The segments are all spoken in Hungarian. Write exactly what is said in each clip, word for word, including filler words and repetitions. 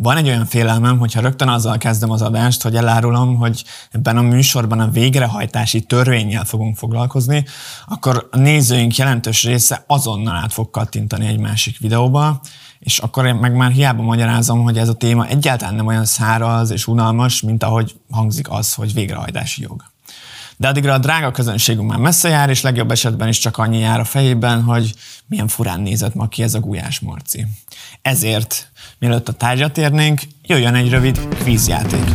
Van egy olyan félelmem, hogyha rögtön azzal kezdem az adást, hogy elárulom, hogy ebben a műsorban a végrehajtási törvénnyel fogunk foglalkozni, akkor a nézőink jelentős része azonnal át fog kattintani egy másik videóba, és akkor én meg már hiába magyarázom, hogy ez a téma egyáltalán nem olyan száraz és unalmas, mint ahogy hangzik az, hogy végrehajtási jog. De addigra a drága közönségünk már messze jár, és legjobb esetben is csak annyi jár a fejében, hogy milyen furán nézett ma ki ez a Gulyás Marci. Ezért, mielőtt a tárgyra térnénk, jöjjön egy rövid kvízjáték.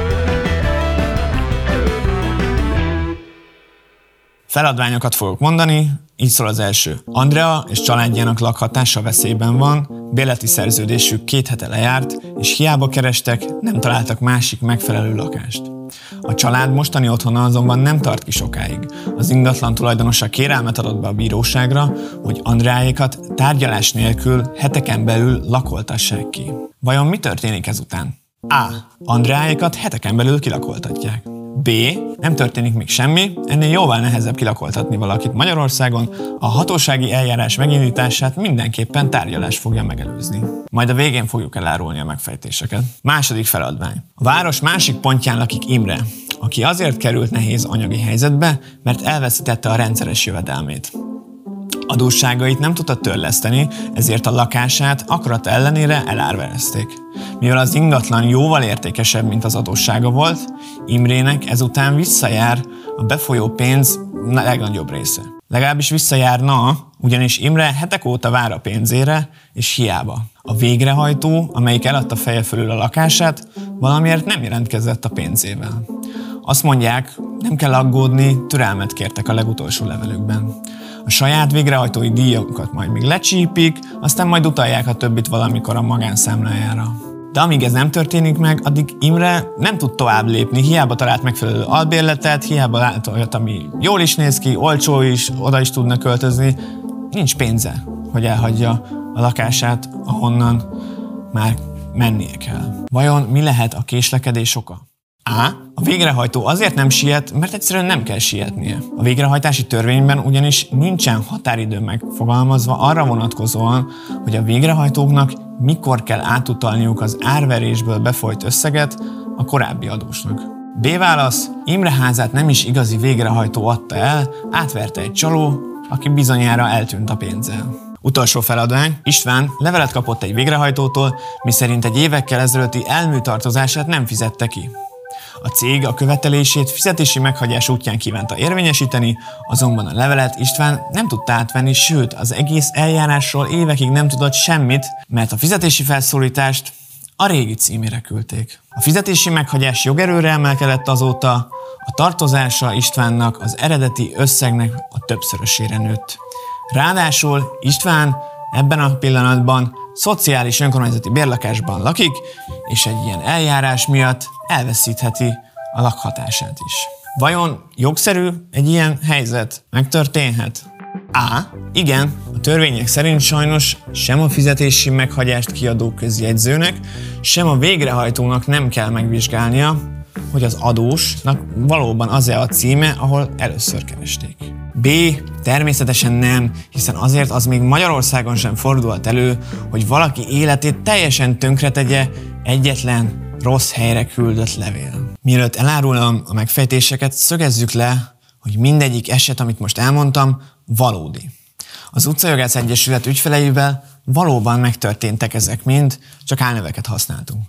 Feladványokat fogok mondani, így szól az első. Andrea és családjának lakhatása veszélyben van, bérleti szerződésük két hete lejárt, és hiába kerestek, nem találtak másik megfelelő lakást. A család mostani otthona azonban nem tart ki sokáig. Az ingatlan tulajdonosa kérelmet adott be a bíróságra, hogy Andreáékat tárgyalás nélkül heteken belül lakoltassák ki. Vajon mi történik ezután? A. Andreáékat heteken belül kilakoltatják. B. Nem történik még semmi, ennél jóval nehezebb kilakoltatni valakit Magyarországon, a hatósági eljárás megindítását mindenképpen tárgyalás fogja megelőzni. Majd a végén fogjuk elárulni a megfejtéseket. Második feladvány. A város másik pontján lakik Imre, aki azért került nehéz anyagi helyzetbe, mert elveszítette a rendszeres jövedelmét. Adósságait nem tudta törleszteni, ezért a lakását akarata ellenére elárverezték. Mivel az ingatlan jóval értékesebb, mint az adóssága volt, Imrének ezután visszajár a befolyó pénz legnagyobb része. Legalábbis visszajárna, ugyanis Imre hetek óta vár a pénzére, és hiába. A végrehajtó, amelyik eladta feje fölül a lakását, valamiért nem jelentkezett a pénzével. Azt mondják, nem kell aggódni, türelmet kértek a legutolsó levelükben. A saját végrehajtói díjakat majd még lecsípik, aztán majd utalják a többit valamikor a magánszámlájára. De amíg ez nem történik meg, addig Imre nem tud tovább lépni, hiába talált megfelelő albérletet, hiába lát olyat, ami jól is néz ki, olcsó is, oda is tudna költözni. Nincs pénze, hogy elhagyja a lakását, ahonnan már mennie kell. Vajon mi lehet a késlekedés oka? A. A végrehajtó azért nem siet, mert egyszerűen nem kell sietnie. A végrehajtási törvényben ugyanis nincsen határidő megfogalmazva arra vonatkozóan, hogy a végrehajtóknak mikor kell átutalniuk az árverésből befolyt összeget a korábbi adósnak. B. Válasz. Imre házát nem is igazi végrehajtó adta el, átverte egy csaló, aki bizonyára eltűnt a pénzzel. Utolsó feladvány. István levelet kapott egy végrehajtótól, miszerint egy évekkel ezelőtti elműtartozását nem fizette ki. A cég a követelését fizetési meghagyás útján kívánta érvényesíteni, azonban a levelet István nem tudta átvenni, sőt, az egész eljárásról évekig nem tudott semmit, mert a fizetési felszólítást a régi címére küldték. A fizetési meghagyás jogerőre emelkedett azóta, a tartozása Istvánnak az eredeti összegnek a többszörösére nőtt. Ráadásul István ebben a pillanatban szociális önkormányzati bérlakásban lakik, és egy ilyen eljárás miatt elveszítheti a lakhatását is. Vajon jogszerű egy ilyen helyzet? Megtörténhet? A. Igen, a törvények szerint sajnos sem a fizetési meghagyást kiadó közjegyzőnek, sem a végrehajtónak nem kell megvizsgálnia, hogy az adósnak valóban az-e a címe, ahol először keresték. B. Természetesen nem, hiszen azért az még Magyarországon sem fordulhat elő, hogy valaki életét teljesen tönkretegye egyetlen rossz helyre küldött levél. Mielőtt elárulom a megfejtéseket, szögezzük le, hogy mindegyik eset, amit most elmondtam, valódi. Az Utcajogász Egyesület ügyfeleivel valóban megtörténtek ezek mind, csak álneveket használtunk.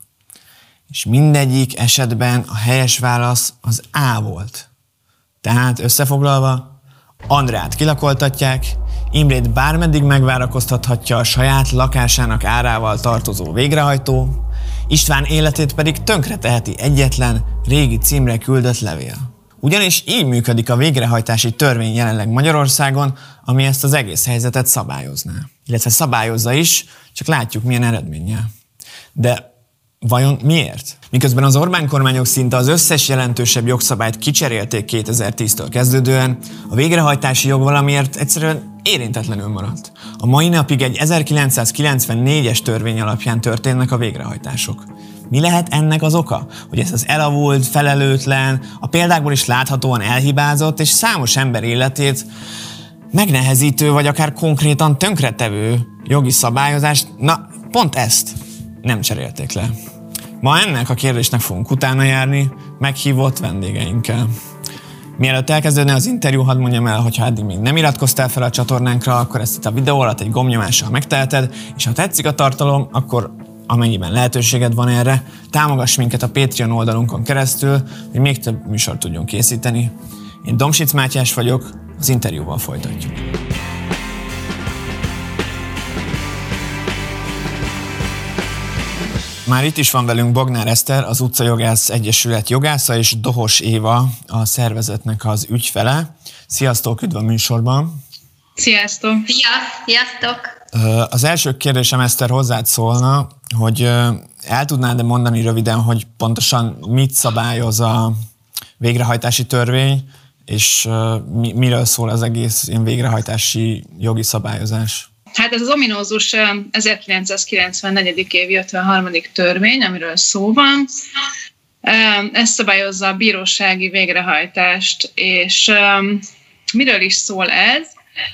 És mindegyik esetben a helyes válasz az A volt. Tehát összefoglalva, Andreát kilakoltatják, Imrét bármeddig megvárakoztathatja a saját lakásának árával tartozó végrehajtó, István életét pedig tönkreteheti egyetlen régi címre küldött levél. Ugyanis így működik a végrehajtási törvény jelenleg Magyarországon, ami ezt az egész helyzetet szabályozná. Illetve szabályozza is, csak látjuk milyen eredménnyel. De vajon miért? Miközben az Orbán kormányok szinte az összes jelentősebb jogszabályt kicserélték kétezer-tíztől kezdődően, a végrehajtási jog valamiért egyszerűen érintetlenül maradt. A mai napig egy ezerkilencszázkilencvennégyes törvény alapján történnek a végrehajtások. Mi lehet ennek az oka? Hogy ez az elavult, felelőtlen, a példákból is láthatóan elhibázott és számos ember életét megnehezítő vagy akár konkrétan tönkretevő jogi szabályozást, na pont ezt nem cserélték le. Ma ennek a kérdésnek fogunk utána járni, meghívott vendégeinkkel. Mielőtt elkezdődne az interjú, hadd mondjam el, hogy ha eddig még nem iratkoztál fel a csatornánkra, akkor ezt itt a videó alatt egy gombnyomással megteheted, és ha tetszik a tartalom, akkor amennyiben lehetőséged van erre, támogass minket a Patreon oldalunkon keresztül, hogy még több műsort tudjunk készíteni. Én Domsic Mátyás vagyok, az interjúval folytatjuk. Már itt is van velünk Bognár Eszter, az Utcajogász Egyesület jogásza, és Dohos Éva, a szervezetnek az ügyfele. Sziasztok, üdv a műsorban! Sziasztok! Szia! Sziasztok! Az első kérdésem, Eszter, hozzád szólna, hogy el tudnád mondani röviden, hogy pontosan mit szabályoz a végrehajtási törvény, és miről szól az egész ilyen végrehajtási jogi szabályozás? Hát ez az ominózus ezerkilencszázkilencvennégy. év ötvenharmadik törvény, amiről szó van. Ez szabályozza a bírósági végrehajtást, és miről is szól ez?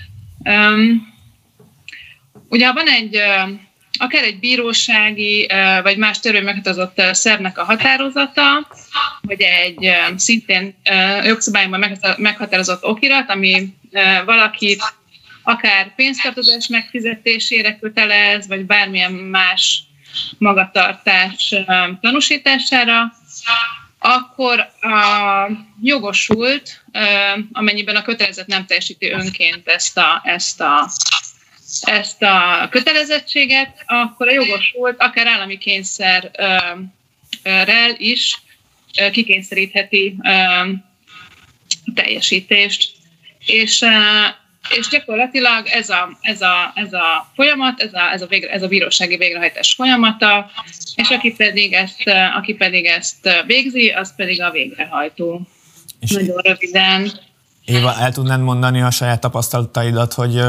Ugye van egy, akár egy bírósági, vagy más törvény meghatározott szervnek a határozata, vagy egy szintén jogszabályban meghatározott okirat, ami valakit akár pénztartozás megfizetésére kötelez, vagy bármilyen más magatartás tanúsítására, akkor a jogosult, amennyiben a kötelezet nem teljesíti önként ezt a, ezt a, ezt a kötelezettséget, akkor a jogosult akár állami kényszerrel is kikényszerítheti a teljesítést. És És gyakorlatilag ez a, ez a, ez a folyamat, ez a, ez, a végre, ez a bírósági végrehajtás folyamata, és aki pedig ezt, aki pedig ezt végzi, az pedig a végrehajtó. És nagyon röviden. Éva, el tudnád mondani a saját tapasztalataidat, hogy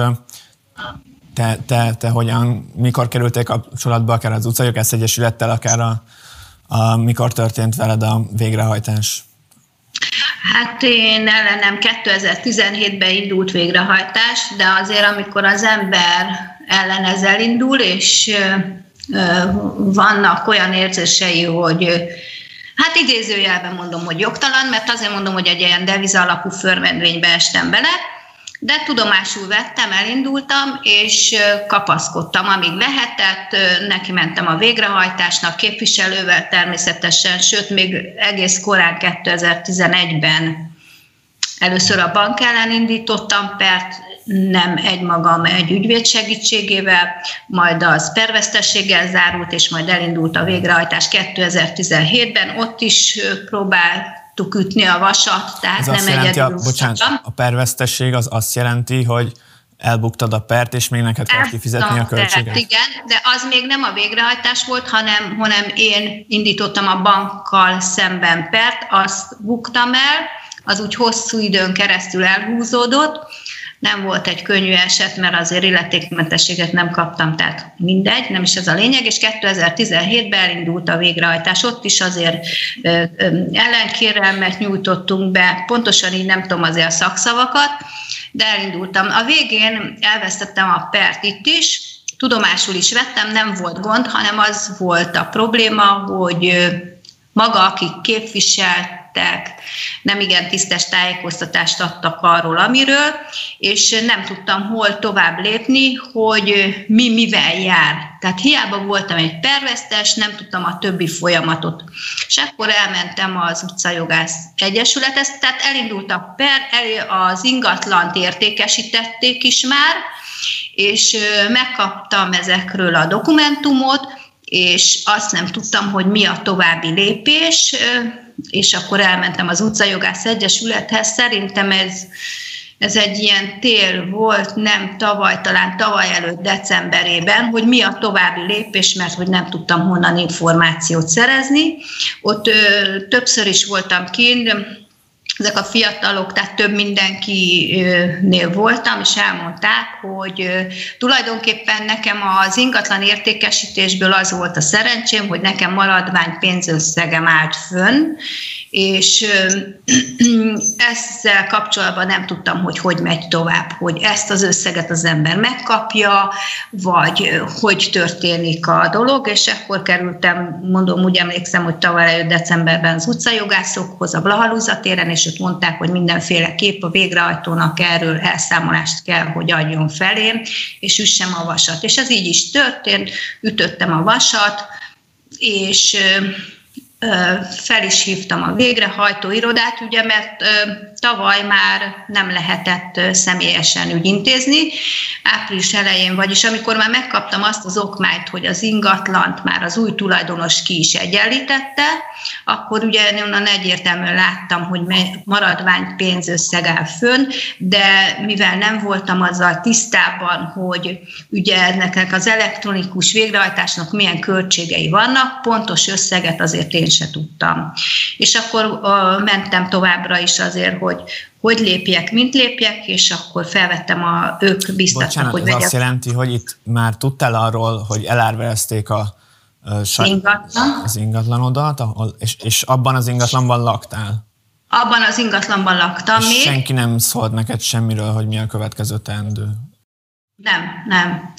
te, te, te hogyan, mikor kerültél kapcsolatba, akár az Utcajogász Egyesülettel, akár a, a, mikor történt veled a végrehajtás? Hát én ellenem kétezer-tizenhétben indult végrehajtás, de azért amikor az ember ellen ez elindul, és vannak olyan érzései, hogy hát idézőjelben mondom, hogy jogtalan, mert azért mondom, hogy egy ilyen deviza alapú förmedvénybe estem bele, de tudomásul vettem, elindultam, és kapaszkodtam, amíg lehetett, neki mentem a végrehajtásnak, képviselővel természetesen, sőt, még egész korán kétezer-tizenegyben először a bank ellen indítottam pert, nem egymagam, egy ügyvéd segítségével, majd az pervesztességgel zárult, és majd elindult a végrehajtás kétezer-tizenhétben, ott is próbált ütni a vasat, tehát ez nem egyedül. A, bocsánat, a pervesztesség az azt jelenti, hogy elbuktad a pert, és még neked kell kifizetni a költséget? Igen, de az még nem a végrehajtás volt, hanem, hanem én indítottam a bankkal szemben pert, azt buktam el, az úgy hosszú időn keresztül elhúzódott, nem volt egy könnyű eset, mert azért illetékmentességet nem kaptam, tehát mindegy, nem is ez a lényeg, és kétezer-tizenhétben elindult a végrehajtás. Ott is azért ö, ö, ellenkérelmet nyújtottunk be, pontosan így nem tudom azért a szakszavakat, de elindultam. A végén elvesztettem a pert itt is, tudomásul is vettem, nem volt gond, hanem az volt a probléma, hogy maga, akik képviseltek, nem igen tisztes tájékoztatást adtak arról, amiről, és nem tudtam hol tovább lépni, hogy mi mivel jár. Tehát hiába voltam egy pervesztes, nem tudtam a többi folyamatot. És akkor elmentem az Utcajogász Egyesülethez, tehát elindult a per, az ingatlant értékesítették is már, és megkaptam ezekről a dokumentumot, és azt nem tudtam, hogy mi a további lépés, és akkor elmentem az Utcajogász Egyesülethez. Szerintem ez, ez egy ilyen tél volt, nem tavaly, talán tavaly előtt decemberében, hogy mi a további lépés, mert hogy nem tudtam honnan információt szerezni. Ott ö, többször is voltam kint, ezek a fiatalok, tehát több mindenkinél voltam, és elmondták, hogy tulajdonképpen nekem az ingatlan értékesítésből az volt a szerencsém, hogy nekem maradvány pénzösszegem állt fönn, és ezzel kapcsolatban nem tudtam, hogy hogy megy tovább, hogy ezt az összeget az ember megkapja, vagy hogy történik a dolog, és akkor kerültem, mondom, úgy emlékszem, hogy tavaly előtt decemberben az utcajogászokhoz, a Blahalúza téren, és ott mondták, hogy mindenféleképp a végrehajtónak erről elszámolást kell, hogy adjon felém, és üssem a vasat. És ez így is történt, ütöttem a vasat, és fel is hívtam a végrehajtó irodát, ugye, mert tavaly már nem lehetett személyesen ügyintézni, április elején, vagyis amikor már megkaptam azt az okmányt, hogy az ingatlant már az új tulajdonos ki is egyenlítette, akkor ugye onnan egyértelműen láttam, hogy maradvány pénzösszeg áll fönn, de mivel nem voltam azzal tisztában, hogy ugye ennek az elektronikus végrehajtásnak milyen költségei vannak, pontos összeget azért én se tudtam. És akkor uh, mentem továbbra is azért, hogy hogy lépjek, mint lépjek, és akkor felvettem, a, ők biztattak, Bocsánat, hogy ez vegyek. azt jelenti, hogy itt már tudtál arról, hogy elárverezték a, a saj, Ingatlan. az ingatlanodat, ahol, és, és abban az ingatlanban laktál? Abban az ingatlanban laktam és még. senki nem szólt neked semmiről, hogy mi a következő teendő? Nem, nem.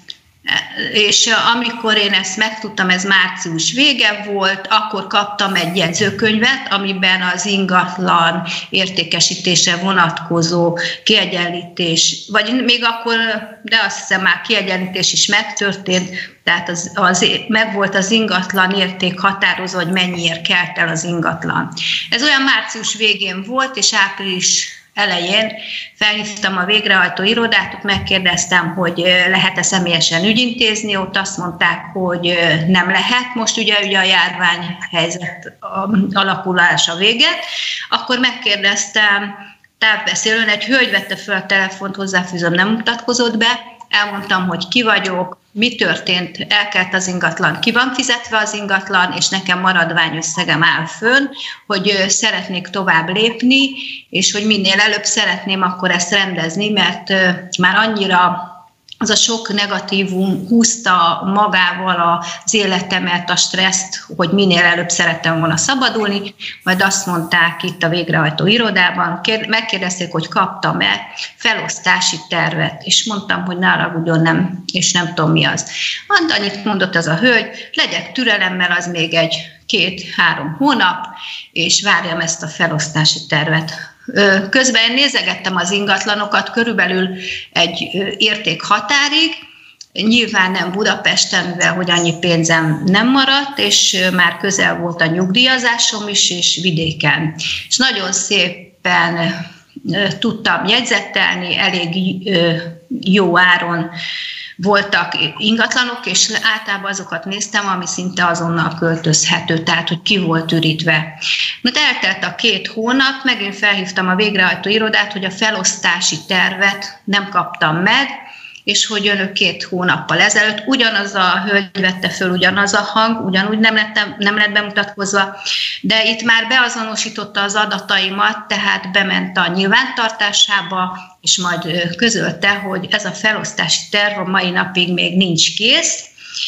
És amikor én ezt megtudtam, ez március vége volt, akkor kaptam egy jegyzőkönyvet, amiben az ingatlan értékesítése vonatkozó kiegyenlítés, vagy még akkor, de azt hiszem már kiegyenlítés is megtörtént, tehát az, az, megvolt az ingatlan érték határozó, hogy mennyiért kelt el az ingatlan. Ez olyan március végén volt, és április elején felhívtam a végrehajtó irodát, ott megkérdeztem, hogy lehet-e személyesen ügyintézni, ott azt mondták, hogy nem lehet, most ugye, ugye a járványhelyzet alakulása véget, akkor megkérdeztem távbeszélőn, egy hölgy vette fel a telefont, hozzáfűzöm, nem mutatkozott be, elmondtam, hogy ki vagyok, mi történt, elkelt az ingatlan, ki van fizetve az ingatlan, és nekem maradványösszegem áll fönn, hogy szeretnék tovább lépni, és hogy minél előbb szeretném akkor ezt rendezni, mert már annyira az a sok negatívum húzta magával az életemet, a stresszt, hogy minél előbb szerettem volna szabadulni, majd azt mondták itt a végrehajtó irodában, megkérdezték, hogy kaptam-e felosztási tervet, és mondtam, hogy ne haragudjon, nem, és nem tudom mi az. Annyit mondott az a hölgy, legyek türelemmel, az még egy két-három hónap, és várjam ezt a felosztási tervet. Közben én nézegettem az ingatlanokat körülbelül egy érték határig, nyilván nem Budapesten, mivel hogy annyi pénzem nem maradt, és már közel volt a nyugdíjazásom is, és vidéken. És nagyon szépen tudtam jegyzettelni, elég jó áron voltak ingatlanok, és általában azokat néztem, ami szinte azonnal költözhető, tehát hogy ki volt ürítve. Mert eltelt a két hónap, megint felhívtam a végrehajtó irodát, hogy a felosztási tervet nem kaptam meg, és hogy önök két hónappal ezelőtt ugyanaz a hölgy vette föl, ugyanaz a hang, ugyanúgy nem, lettem, nem lett bemutatkozva, de itt már beazonosította az adataimat, tehát bement a nyilvántartásába, és majd közölte, hogy ez a felosztási terv a mai napig még nincs kész,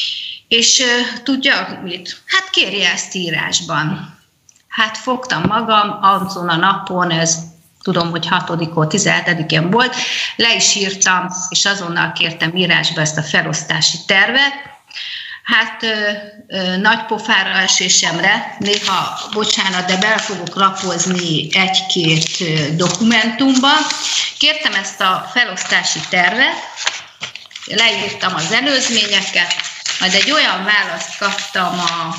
és tudja mit? Hát kérje ezt írásban. Hát fogtam magam, azon a napon, ez tudom, hogy hatodikán, tizenhetedikén volt, le is írtam, és azonnal kértem írásba ezt a felosztási tervet. Hát ö, ö, nagy pofára esésemre, néha, bocsánat, de bele fogok lapozni egy-két ö, dokumentumba. Kértem ezt a felosztási tervet, leírtam az előzményeket, majd egy olyan választ kaptam a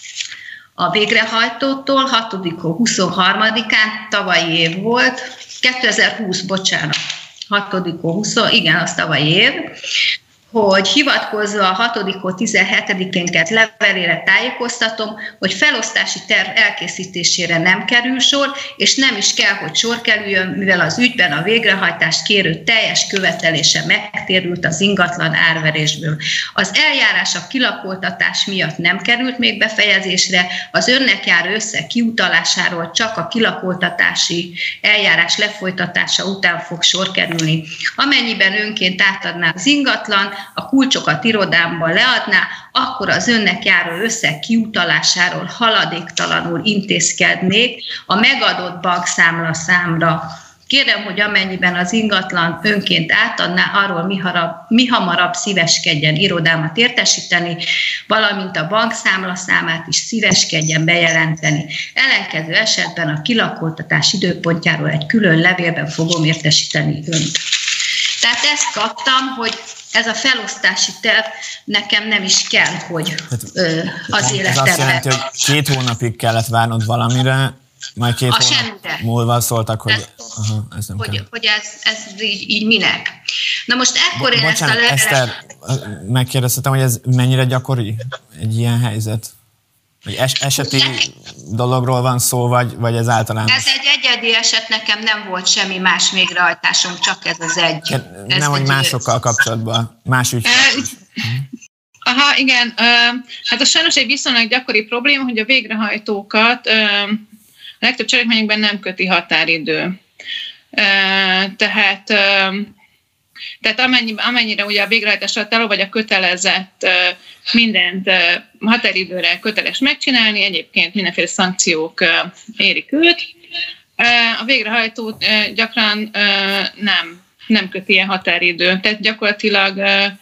a végrehajtótól, hatodikán, huszonharmadikán, tavalyi év volt, kétezer-húsz, bocsánat, hatodikán, húsz, igen, az tavalyi év, hogy hivatkozva a hatodikán, tizenhetedikén kelt levelére tájékoztatom, hogy felosztási terv elkészítésére nem kerül sor, és nem is kell, hogy sor kerüljön, mivel az ügyben a végrehajtást kérő teljes követelése megtérült az ingatlan árverésből. Az eljárás a kilakoltatás miatt nem került még befejezésre, az önnek járó összeg kiutalásáról csak a kilakoltatási eljárás lefolytatása után fog sor kerülni. Amennyiben önként átadná az ingatlan, a kulcsokat irodámban leadná, akkor az önnek járó összeg kiutalásáról haladéktalanul intézkednék a megadott bankszámla számra. Kérem, hogy amennyiben az ingatlan önként átadná, arról mi, harab, mi hamarabb szíveskedjen irodámat értesíteni, valamint a bankszámla számát is szíveskedjen bejelenteni. Ellenkező esetben a kilakoltatás időpontjáról egy külön levélben fogom értesíteni önt. Tehát ezt kaptam, hogy ez a felosztási terv nekem nem is kell, hogy ö, az életemben. Ez azt jelenti, hogy két hónapig kellett várnod valamire, majd két a hónap múlva szóltak, hogy ez, aha, ez nem hogy, kell. hogy ez, ez így, így minek. Na most ekkor Bo- én ezt a levelet... Eszter, megkérdeztetem, hogy ez mennyire gyakori egy ilyen helyzet? Hogy es- eseti Ugye? dologról van szó, vagy, vagy ez általános? Ez egy egyedi eset, nekem nem volt semmi más végrehajtásom, csak ez az egy. Ez nem, hogy másokkal kapcsolatban, más ügy. Aha, igen. Hát az sajnos egy viszonylag gyakori probléma, hogy a végrehajtókat a legtöbb cselekményekben nem köti határidő. Tehát, tehát amennyi, amennyire ugye a végrehajtás alatt vagy a kötelezett mindent határidőre köteles megcsinálni, egyébként mindenféle szankciók érik őt. A végrehajtó gyakran nem, nem köti ilyen határidő. Tehát gyakorlatilag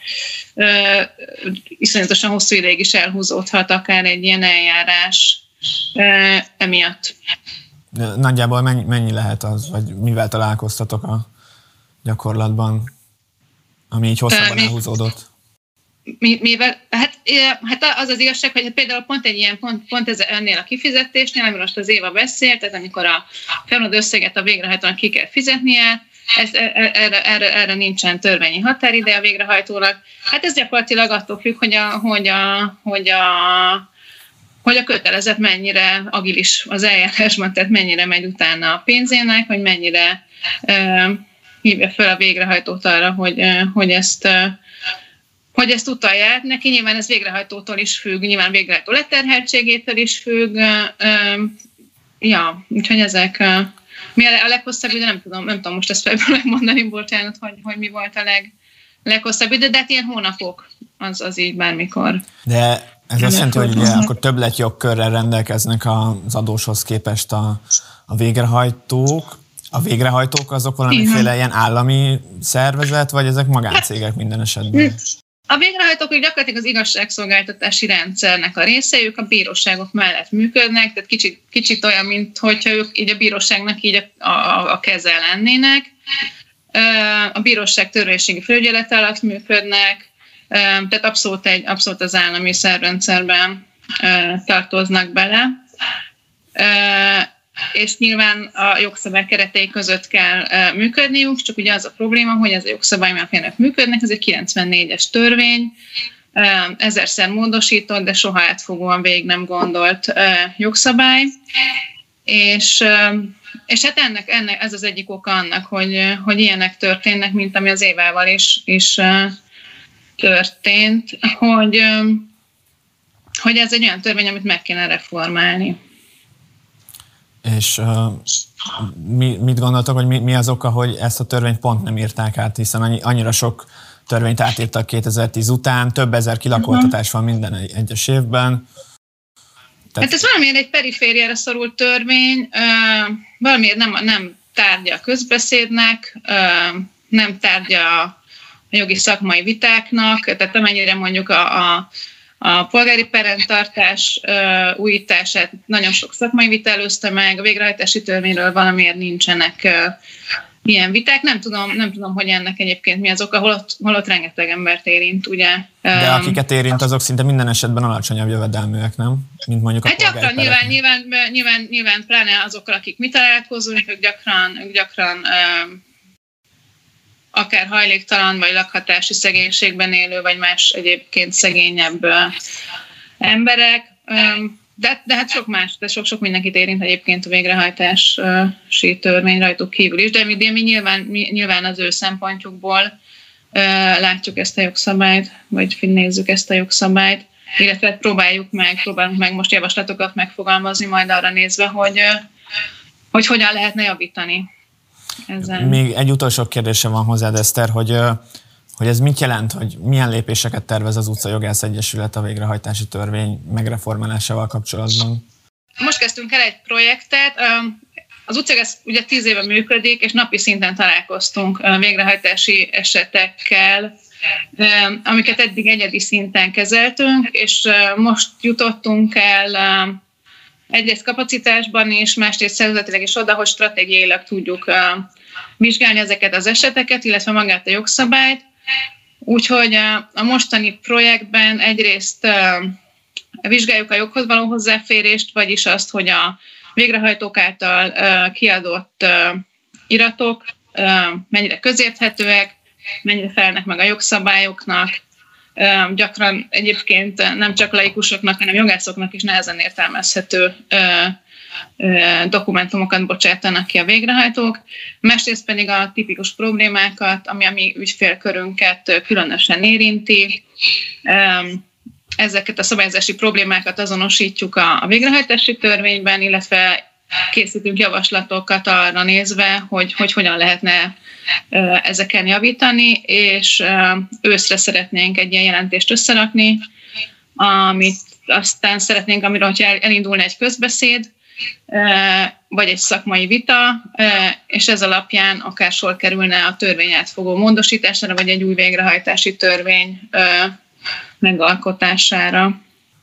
iszonyatosan hosszú ideig is elhúzódhat akár egy ilyen eljárás emiatt. Nagyjából mennyi, mennyi lehet az, vagy mivel találkoztatok a gyakorlatban, ami így hosszabban elhúzódott? Mi, mivel, hát, hát az az igazság, hogy hát például pont egy ilyen, pont, pont ez ennél a kifizetésnél, amiről most az Éva beszélt, tehát amikor a felmondott összeget a végrehajtónak ki kell fizetnie, ez, erre, erre, erre nincsen törvényi határideje a végrehajtónak. Hát ez gyakorlatilag attól függ, hogy a, hogy a, hogy a hogy a kötelezet mennyire agilis az eljárásban, tehát mennyire megy utána a pénzének, hogy mennyire uh, hívja fel a végrehajtót arra, hogy, uh, hogy, ezt, uh, hogy ezt utalja át neki. Nyilván ez végrehajtótól is függ, nyilván végrehajtó leterheltségétől is függ. Uh, uh, ja, úgyhogy ezek... Uh, mi a leghosszabb idő, nem tudom, nem tudom most ezt felből megmondani, bocsánat, hogy, hogy mi volt a leg, leghosszabb idő, de hát ilyen hónapok, az, az így bármikor. De ez azt jelenti, hogy ugye akkor többletjogkörrel rendelkeznek az adóshoz képest a, a végrehajtók. A végrehajtók azok valamiféle ilyen állami szervezet, vagy ezek magáncégek minden esetben? A végrehajtók gyakorlatilag az igazságszolgáltatási rendszernek a része, ők a bíróságok mellett működnek, tehát kicsit, kicsit olyan, mint hogyha ők így a bíróságnak így a, a, a keze lennének. A bíróság törvénységi felügyelete alatt működnek, tehát abszolút, egy, abszolút az állami szervrendszerben tartoznak bele, és nyilván a jogszabály keretei között kell működniük, csak ugye az a probléma, hogy ez a jogszabály alapján működnek, ez egy kilencvennégyes törvény, ezerszer módosított, de soha átfogóan végig nem gondolt jogszabály, és, és hát ennek, ennek ez az egyik oka annak, hogy, hogy ilyenek történnek, mint ami az Évával is, is történt, hogy, hogy ez egy olyan törvény, amit meg kéne reformálni. És uh, mi, mit gondoltok, hogy mi, mi az oka, hogy ezt a törvényt pont nem írták át, hiszen annyi, annyira sok törvényt átírtak kétezer-tíz után, több ezer kilakoltatás van minden egyes évben. Tehát... Hát ez valamiért egy perifériára szorult törvény, uh, valamiért nem, nem tárgya a közbeszédnek, uh, nem tárgya a jogi szakmai vitáknak, tehát amennyire mondjuk a, a, a polgári perrendtartás uh, újítását nagyon sok szakmai vita előzte meg, a végrehajtási törvényről valamiért nincsenek uh, ilyen viták. Nem tudom, nem tudom, hogy ennek egyébként mi az oka, holott, holott rengeteg embert érint, ugye. De akiket érint, azok szinte minden esetben alacsonyabb jövedelműek, nem? Mint mondjuk a hát gyakran, nyilván, nyilván, nyilván, nyilván, pláne azokkal, akik mi találkozunk, ők gyakran, ők gyakran uh, akár hajléktalan, vagy lakhatási szegénységben élő, vagy más egyébként szegényebb uh, emberek. Um, de, de hát sok más, de sok-sok mindenkit érint egyébként a végrehajtási törvény rajtuk kívül is, de mi, de mi, nyilván, mi nyilván az ő szempontjukból uh, látjuk ezt a jogszabályt, vagy nézzük ezt a jogszabályt, illetve próbáljuk meg, próbálunk meg most javaslatokat megfogalmazni, majd arra nézve, hogy, uh, hogy hogyan lehetne javítani. Ezen. Még egy utolsó kérdésem van hozzád, Eszter, hogy hogy ez mit jelent, hogy milyen lépéseket tervez az Utcajogász Egyesület a végrehajtási törvény megreformálásával kapcsolatban? Most kezdtünk el egy projektet. Az Utcajogász ugye tíz éve működik, és napi szinten találkoztunk végrehajtási esetekkel, amiket eddig egyedi szinten kezeltünk, és most jutottunk el egyrészt kapacitásban is, másrészt szervezetileg is oda, hogy stratégiailag tudjuk vizsgálni ezeket az eseteket, illetve magát a jogszabályt. Úgyhogy a mostani projektben egyrészt vizsgáljuk a joghoz való hozzáférést, vagyis azt, hogy a végrehajtók által kiadott iratok mennyire közérthetőek, mennyire felelnek meg a jogszabályoknak. Gyakran egyébként nem csak laikusoknak, hanem jogászoknak is nehezen értelmezhető dokumentumokat bocsátanak ki a végrehajtók. Másrészt pedig a tipikus problémákat, ami a mi ügyfélkörünket különösen érinti. Ezeket a szabályozási problémákat azonosítjuk a végrehajtási törvényben, illetve készítünk javaslatokat arra nézve, hogy, hogy hogyan lehetne ezeken javítani, és őszre szeretnénk egy ilyen jelentést összerakni, amit aztán szeretnénk, amiről, hogyha elindulna egy közbeszéd, vagy egy szakmai vita, és ez alapján akár sor kerülne a törvény átfogó módosítására, vagy egy új végrehajtási törvény megalkotására.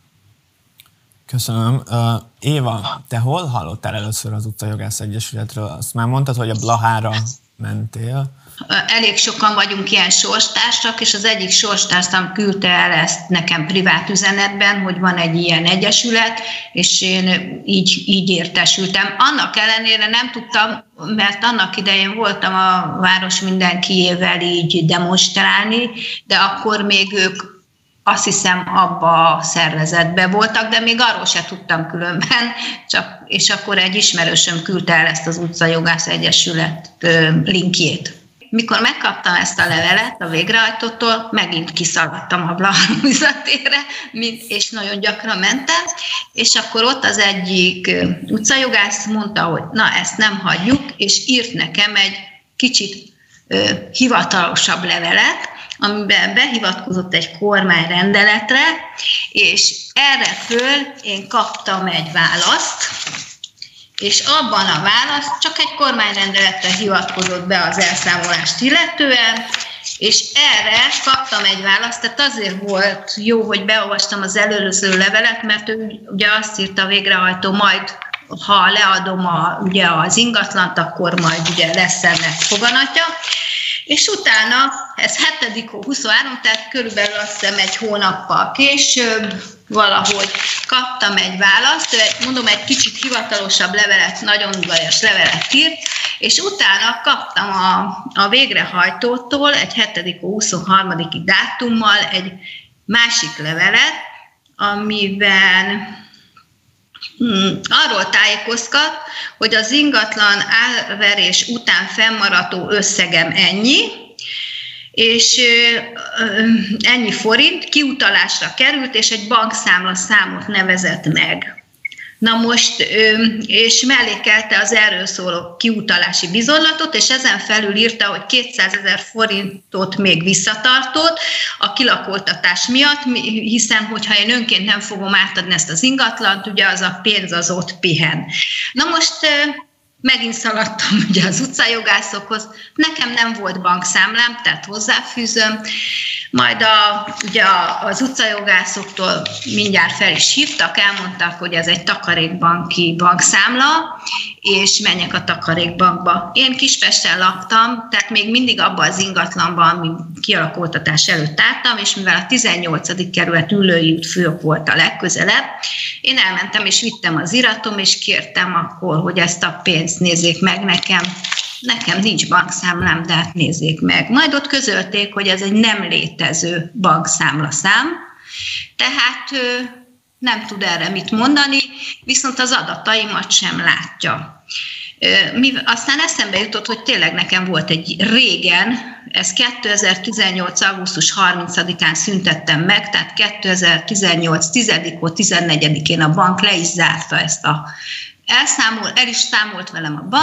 Köszönöm. Éva, te hol hallottál először az Utcajogász Egyesületről? Azt már mondtad, hogy a Blahára mentél. Elég sokan vagyunk ilyen sorstársak, és az egyik sorstársam küldte el ezt nekem privát üzenetben, hogy van egy ilyen egyesület, és én így, így értesültem. Annak ellenére nem tudtam, mert annak idején voltam a Város Mindenkiével így demonstrálni, de akkor még ők azt hiszem abba a szervezetben voltak, de még arról se tudtam különben, csak, és akkor egy ismerősöm küldte el ezt az Utcajogász Egyesület linkjét. Mikor megkaptam ezt a levelet a végrehajtótól, megint kiszaladtam a Blaha üzletére, és nagyon gyakran mentem, és akkor ott az egyik utcajogász mondta, hogy na, ezt nem hagyjuk, és írt nekem egy kicsit ö, hivatalosabb levelet, amiben behivatkozott egy kormányrendeletre, és erre föl én kaptam egy választ, és abban a választ csak egy kormányrendeletre hivatkozott be az elszámolást illetően, és erre kaptam egy választ, tehát azért volt jó, hogy beolvastam az előző levelet, mert ő ugye azt írta végrehajtó, majd ha leadom a, ugye az ingatlant, akkor majd ugye lesz ennek foganatja. És utána, ez hetedik hó huszonhárom, tehát körülbelül azt hiszem egy hónappal később valahogy kaptam egy választ, egy, mondom, egy kicsit hivatalosabb levelet, nagyon udvarias levelet írt, és utána kaptam a, a végrehajtótól egy hetedik hó huszonharmadiki dátummal egy másik levelet, amiben Hmm, arról tájékoztat, hogy az ingatlan elverés után fennmaradó összegem ennyi, és ennyi forint kiutalásra került, és egy bankszámla számot nevezett meg. Na most, és mellékelte az erről szóló kiutalási bizonylatot, és ezen felül írta, hogy kétszázezer forintot még visszatartott a kilakoltatás miatt, hiszen hogyha én önként nem fogom átadni ezt az ingatlant, ugye az a pénz az ott pihen. Na most megint szaladtam ugye az utcajogászokhoz, nekem nem volt bankszámlám, tehát hozzáfűzöm, majd a, ugye az utcajogászoktól mindjárt fel is hívtak, elmondták, hogy ez egy takarékbanki bankszámla, és menjek a takarékbankba. Én Kispesten laktam, tehát még mindig abban az ingatlanban, ami kialakultatás előtt álltam, és mivel a tizennyolcadik kerület Üllői út főok volt a legközelebb, én elmentem és vittem az iratom, és kértem akkor, hogy ezt a pénzt nézzék meg nekem. Nekem nincs bankszámlám, de hát nézzék meg. Majd ott közölték, hogy ez egy nem létező bankszámlaszám, tehát nem tud erre mit mondani, viszont az adataimat sem látja. Aztán eszembe jutott, hogy tényleg nekem volt egy régen, ez kétezer-tizennyolc. augusztus harmincadikán szüntettem meg, tehát kétezer-tizennyolc. tizedike hó tizennegyedikén a bank le is zárta ezt a elszámol, el is számolt velem a bank,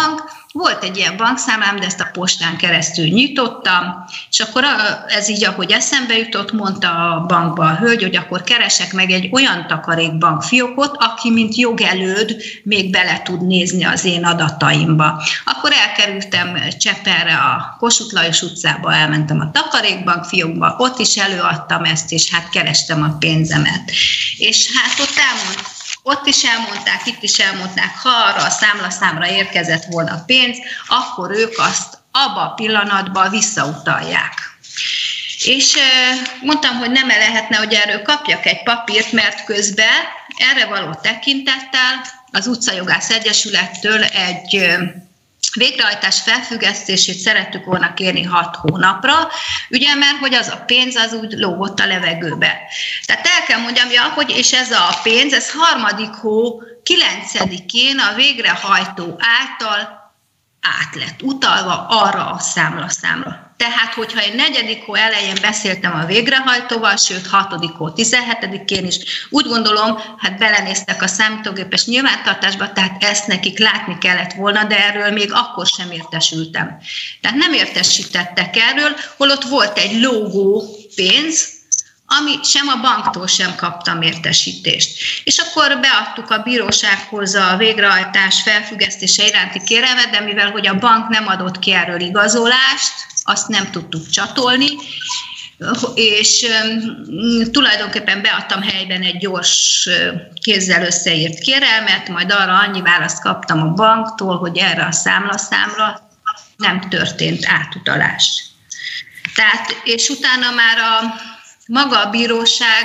volt egy ilyen bankszámlám, de ezt a postán keresztül nyitottam, és akkor ez így, ahogy eszembe jutott, mondta a bankba a hölgy, hogy akkor keresek meg egy olyan takarékbankfiókot, aki mint jogelőd még bele tud nézni az én adataimba. Akkor elkerültem Csepelre a Kossuth Lajos utcába, elmentem a takarékbankfiókba, ott is előadtam ezt, és hát kerestem a pénzemet. És hát ott elmondtam, Ott is elmondták, itt is elmondták, ha arra a számlaszámra érkezett volna pénz, akkor ők azt abba a pillanatban visszautalják. És mondtam, hogy nem lehetne, hogy erről kapjak egy papírt, mert közben erre való tekintettel az Utcajogász Egyesülettől egy végrehajtás felfüggesztését szerettük volna kérni hat hónapra, ugye, mert hogy az a pénz az úgy lógott a levegőbe. Tehát el kell mondjam, ja, hogy és ez a pénz, ez harmadik hó kilencedikén a végrehajtó által át lett utalva arra a számlaszámra. Tehát, hogyha én negyedik hó elején beszéltem a végrehajtóval, sőt hatodik hó tizenhetedikén is, úgy gondolom, hát belenéztek a számítógépes nyilvántartásba, tehát ezt nekik látni kellett volna, de erről még akkor sem értesültem. Tehát nem értesítettek erről, holott volt egy lógó pénz, ami sem a banktól sem kaptam értesítést. És akkor beadtuk a bírósághoz a végrehajtás felfüggesztése iránti kérelmet, de mivel hogy a bank nem adott ki erről igazolást, azt nem tudtuk csatolni, és um, tulajdonképpen beadtam helyben egy gyors kézzel összeírt kérelmet, majd arra annyi választ kaptam a banktól, hogy erre a számlaszámra nem történt átutalás. Tehát, és utána már a maga a bíróság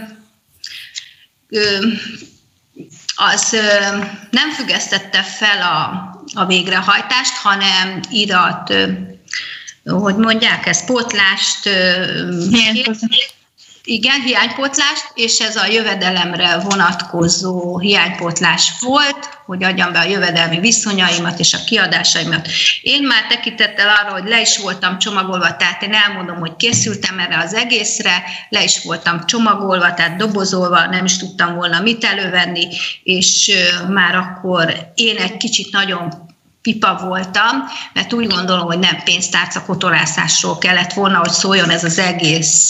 az nem függesztette fel a, a végrehajtást, hanem irat, hogy mondják ezt, pótlást, igen, hiánypótlást, és ez a jövedelemre vonatkozó hiánypótlás volt, hogy adjam be a jövedelmi viszonyaimat és a kiadásaimat. Én már tekintettel arra, hogy le is voltam csomagolva, tehát én elmondom, hogy készültem erre az egészre, le is voltam csomagolva, tehát dobozolva, nem is tudtam volna mit elővenni, és már akkor én egy kicsit nagyon pipa voltam, mert úgy gondolom, hogy nem pénztárca kotorászásról kellett volna, hogy szóljon ez az egész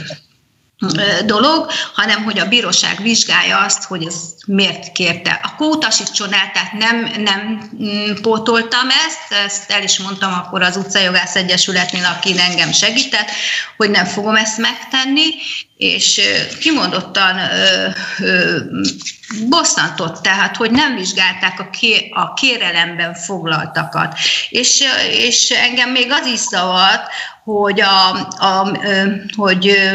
dolog, hanem hogy a bíróság vizsgálja azt, hogy ez miért kérte. Akkor utasítson el, tehát nem, nem pótoltam ezt, ezt el is mondtam akkor az Utcajogász Egyesületnél, aki engem segített, hogy nem fogom ezt megtenni, és kimondottan ö, ö, bosszantott, tehát, hogy nem vizsgálták a, ké, a kérelemben foglaltakat. És, és engem még az is zavart, hogy, a, a, ö, hogy ö,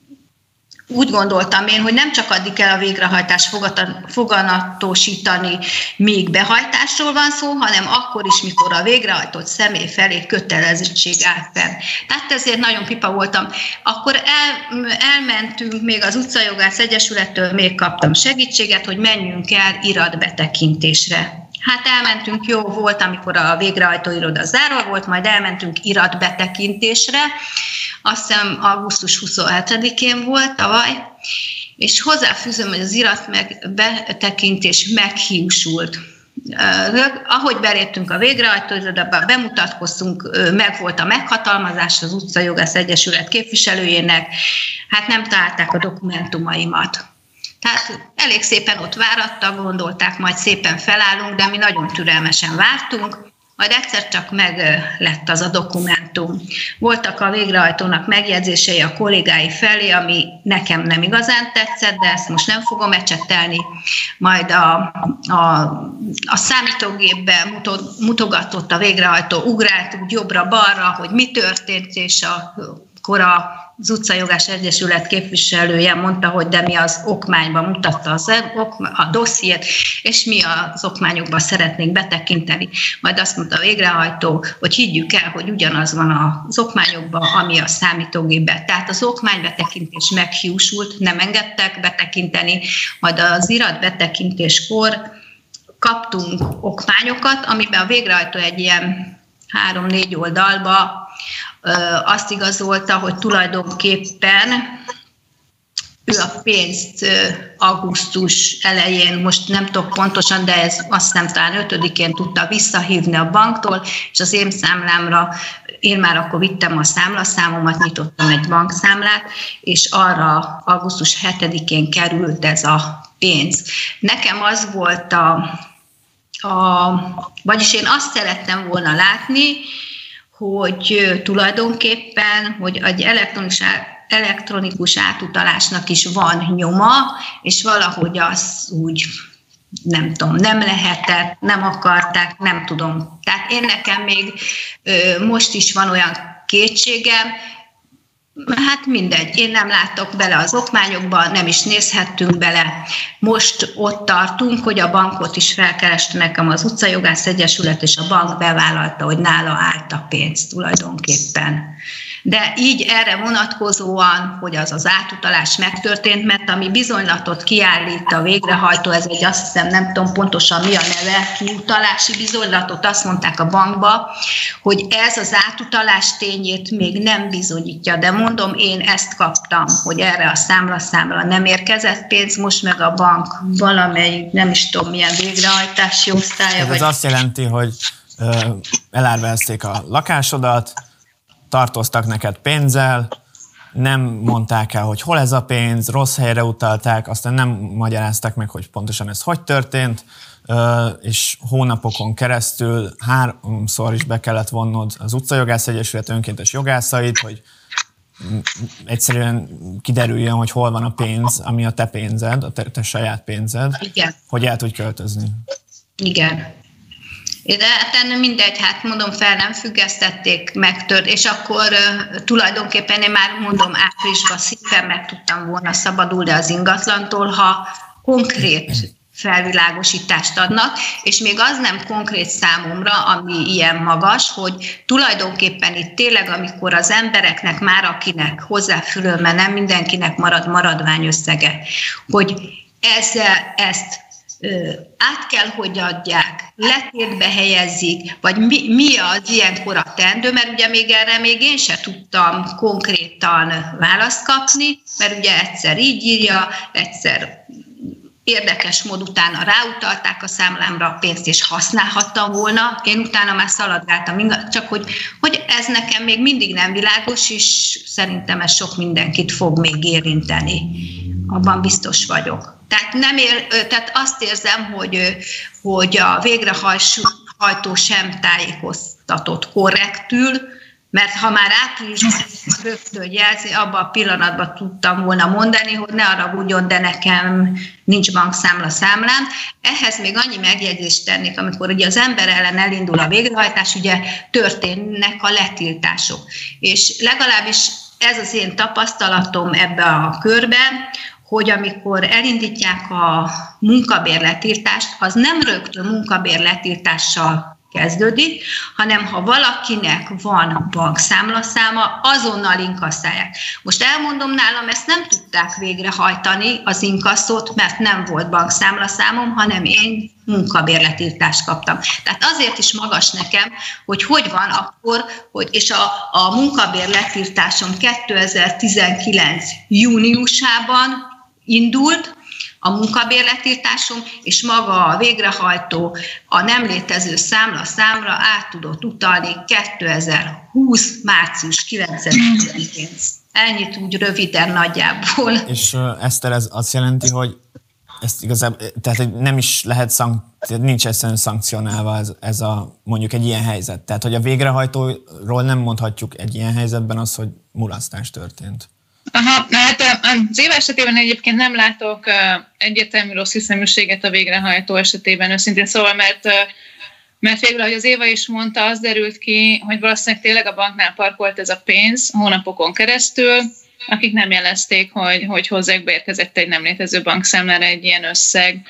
úgy gondoltam én, hogy nem csak addig kell a végrehajtást foganatosítani, míg behajtásról van szó, hanem akkor is, mikor a végrehajtott személy felé kötelezettség áll fenn. Tehát ezért nagyon pipa voltam. Akkor el, elmentünk még az Utcajogász Egyesülettől, még kaptam segítséget, hogy menjünk el iratbetekintésre. Hát elmentünk, jó volt, amikor a végrehajtó iroda zárva volt, majd elmentünk iratbetekintésre, azt hiszem augusztus huszonhetedikén volt tavaly, és hozzáfűzöm, hogy az iratbetekintés meghiúsult. Ahogy beléptünk a végrehajtó irodába, bemutatkoztunk, meg volt a meghatalmazás az Utcajogász Egyesület képviselőjének, hát nem találták a dokumentumaimat. Tehát elég szépen ott várattak, gondolták, majd szépen felállunk, de mi nagyon türelmesen vártunk, majd egyszer csak meg lett az a dokumentum. Voltak a végrehajtónak megjegyzései a kollégái felé, ami nekem nem igazán tetszett, de ezt most nem fogom ecsetelni. Majd a, a, a számítógépbe mutogatott a végrehajtó, ugráltunk jobbra-balra, hogy mi történt, és akkor a az Utcajogász Egyesület képviselője mondta, hogy de mi az okmányban mutatta az, a dossziét, és mi az okmányokban szeretnénk betekinteni. Majd azt mondta a végrehajtó, hogy higgyük el, hogy ugyanaz van az okmányokban, ami a számítógépben. Tehát az okmánybetekintés meghiúsult, nem engedtek betekinteni, majd az iratbetekintéskor kaptunk okmányokat, amiben a végrehajtó egy ilyen három-négy oldalba azt igazolta, hogy tulajdonképpen ő a pénzt augusztus elején, most nem tudok pontosan, de ez azt hiszem talán ötödikén tudta visszahívni a banktól, és az én számlámra, én már akkor vittem a számlaszámomat, nyitottam egy bankszámlát, és arra augusztus hetedikén került ez a pénz. Nekem az volt a, a vagyis én azt szerettem volna látni, hogy tulajdonképpen, hogy egy elektronikus elektronikus átutalásnak is van nyoma, és valahogy az úgy, nem tudom, nem lehetett, nem akarták, nem tudom. Tehát én nekem még ö, most is van olyan kétségem, hát mindegy, én nem látok bele az okmányokba, nem is nézhettünk bele. Most ott tartunk, hogy a bankot is felkereste nekem az Utcajogász Egyesület, és a bank bevállalta, hogy nála állt a pénz tulajdonképpen. De így erre vonatkozóan, hogy az az átutalás megtörtént, mert ami bizonylatot kiállít a végrehajtó, ez egy azt hiszem, nem tudom pontosan mi a neve, kiutalási bizonylatot, azt mondták a bankba, hogy ez az átutalás tényét még nem bizonyítja, de mondom, én ezt kaptam, hogy erre a számlaszámra nem érkezett pénz, most meg a bank valamelyik, nem is tudom milyen végrehajtási osztálya. Ez vagy... azt jelenti, hogy ö, elárverezték a lakásodat, tartoztak neked pénzzel, nem mondták el, hogy hol ez a pénz, rossz helyre utalták, aztán nem magyarázták meg, hogy pontosan ez hogy történt, és hónapokon keresztül háromszor is be kellett vonnod az Utcajogász Egyesület önkéntes jogászait, hogy egyszerűen kiderüljön, hogy hol van a pénz, ami a te pénzed, a te, te saját pénzed, igen, hogy el tudj költözni. Igen. De hát mindegy, hát mondom, fel nem függesztették, megtört, és akkor uh, tulajdonképpen én már mondom, áprilisban szépen meg tudtam volna szabadulni az ingatlantól, ha konkrét felvilágosítást adnak, és még az nem konkrét számomra, ami ilyen magas, hogy tulajdonképpen itt tényleg, amikor az embereknek már akinek hozzáfülöm, mert nem mindenkinek marad maradványösszege, hogy ezzel, ezt át kell, hogy adják, letétbe helyezik, vagy mi, mi az ilyenkor a teendő, mert ugye még erre még én se tudtam konkrétan választ kapni, mert ugye egyszer így írja, egyszer érdekes mód utána ráutalták a számlámra a pénzt, és használhattam volna, én utána már szaladgáltam, csak hogy, hogy ez nekem még mindig nem világos, és szerintem ez sok mindenkit fog még érinteni. Abban biztos vagyok. Tehát, nem ér, tehát azt érzem, hogy, hogy a végrehajtó sem tájékoztatott korrektül, mert ha már áprilisban rögtön jelzi, abban a pillanatban tudtam volna mondani, hogy ne haragudjon, de nekem nincs bankszámla számlám. Ehhez még annyi megjegyzést tennék, amikor ugye az ember ellen elindul a végrehajtás, ugye történnek a letiltások. És legalábbis ez az én tapasztalatom ebbe a körben, hogy amikor elindítják a munkabérletiltást, az nem rögtön munkabérletiltással kezdődik, hanem ha valakinek van bankszámlaszáma, azonnal inkasszálják. Most elmondom, nálam ezt nem tudták végrehajtani, az inkasszót, mert nem volt bankszámlaszámom, hanem én munkabérletiltást kaptam. Tehát azért is magas nekem, hogy hogy van akkor, hogy, és a, a munkabérletiltásom kétezer-tizenkilenc júniusában indult, a munkabérletiltásom, és maga a végrehajtó a nem létező számla számra át tudott utalni kétezer-húsz március kilencedikén. Ennyit úgy röviden nagyjából. És uh, Eszter, ez azt jelenti, hogy ezt igazából, tehát nem is lehet, szank, nincs egyszerűen szankcionálva ez, ez a, mondjuk egy ilyen helyzet. Tehát, hogy a végrehajtóról nem mondhatjuk egy ilyen helyzetben az, hogy mulasztás történt. Aha, hát az év esetében egyébként nem látok egyértelmű rossz hiszeműséget a végrehajtó esetében őszintén, szóval mert, mert végül, ahogy az Éva is mondta, az derült ki, hogy valószínűleg tényleg a banknál parkolt ez a pénz hónapokon keresztül, akik nem jelezték, hogy, hogy hozzájuk beérkezett egy nem létező bankszámlára egy ilyen összeg.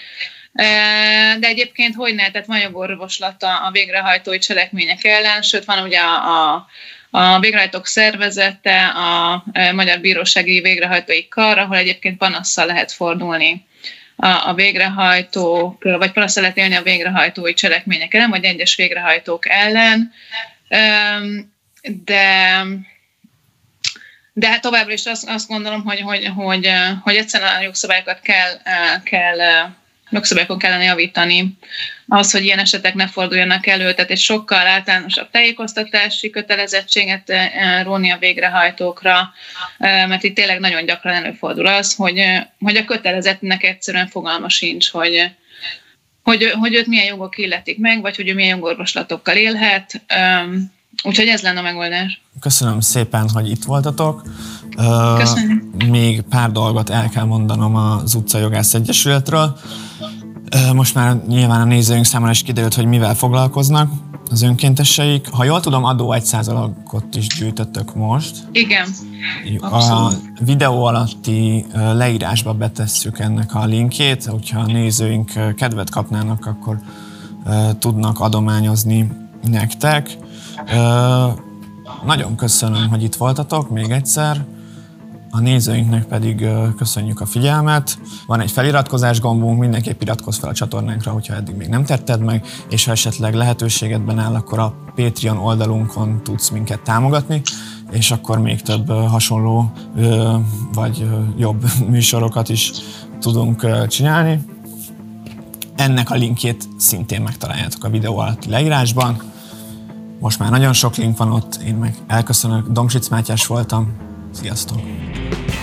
De egyébként hogy ne, tehát van jogorvoslata a végrehajtói cselekmények ellen, sőt van ugye a, a A végrehajtók szervezete, a Magyar Bírósági Végrehajtói Kar, ahol egyébként panasszal lehet fordulni a, a végrehajtók, vagy panasszal lehet élni a végrehajtói cselekmények ellen, vagy egyes végrehajtók ellen. De, de továbbra is azt, azt gondolom, hogy, hogy, hogy, hogy egyszerűen a jogszabályokat kell, kell, jogszabályokon kellene javítani, ahhoz, hogy ilyen esetek ne forduljanak elő, tehát egy sokkal általánosabb tájékoztatási kötelezettséget róni a végrehajtókra, mert itt tényleg nagyon gyakran előfordul az, hogy, hogy a kötelezettnek egyszerűen fogalma sincs, hogy, hogy, hogy őt milyen jogok illetik meg, vagy hogy ő milyen jogorvoslatokkal élhet. Úgyhogy ez lenne a megoldás. Köszönöm szépen, hogy itt voltatok. Köszönöm. Még pár dolgot el kell mondanom az Utcajogász Egyesületről. Most már nyilván a nézőink számára is kiderült, hogy mivel foglalkoznak az önkénteseik. Ha jól tudom, adó egy százalékot is gyűjtöttök most. Igen. A videó alatti leírásba betesszük ennek a linkjét, hogyha a nézőink kedvet kapnának, akkor tudnak adományozni nektek. Nagyon köszönöm, hogy itt voltatok még egyszer. A nézőinknek pedig köszönjük a figyelmet. Van egy feliratkozás gombunk, mindenképp iratkozz fel a csatornánkra, hogyha eddig még nem tetted meg, és ha esetleg lehetőségedben áll, akkor a Patreon oldalunkon tudsz minket támogatni, és akkor még több hasonló vagy jobb műsorokat is tudunk csinálni. Ennek a linkjét szintén megtaláljátok a videó alatti leírásban. Most már nagyon sok link van ott, én meg elköszönök. Domsic Mátyás voltam. Sziasztok!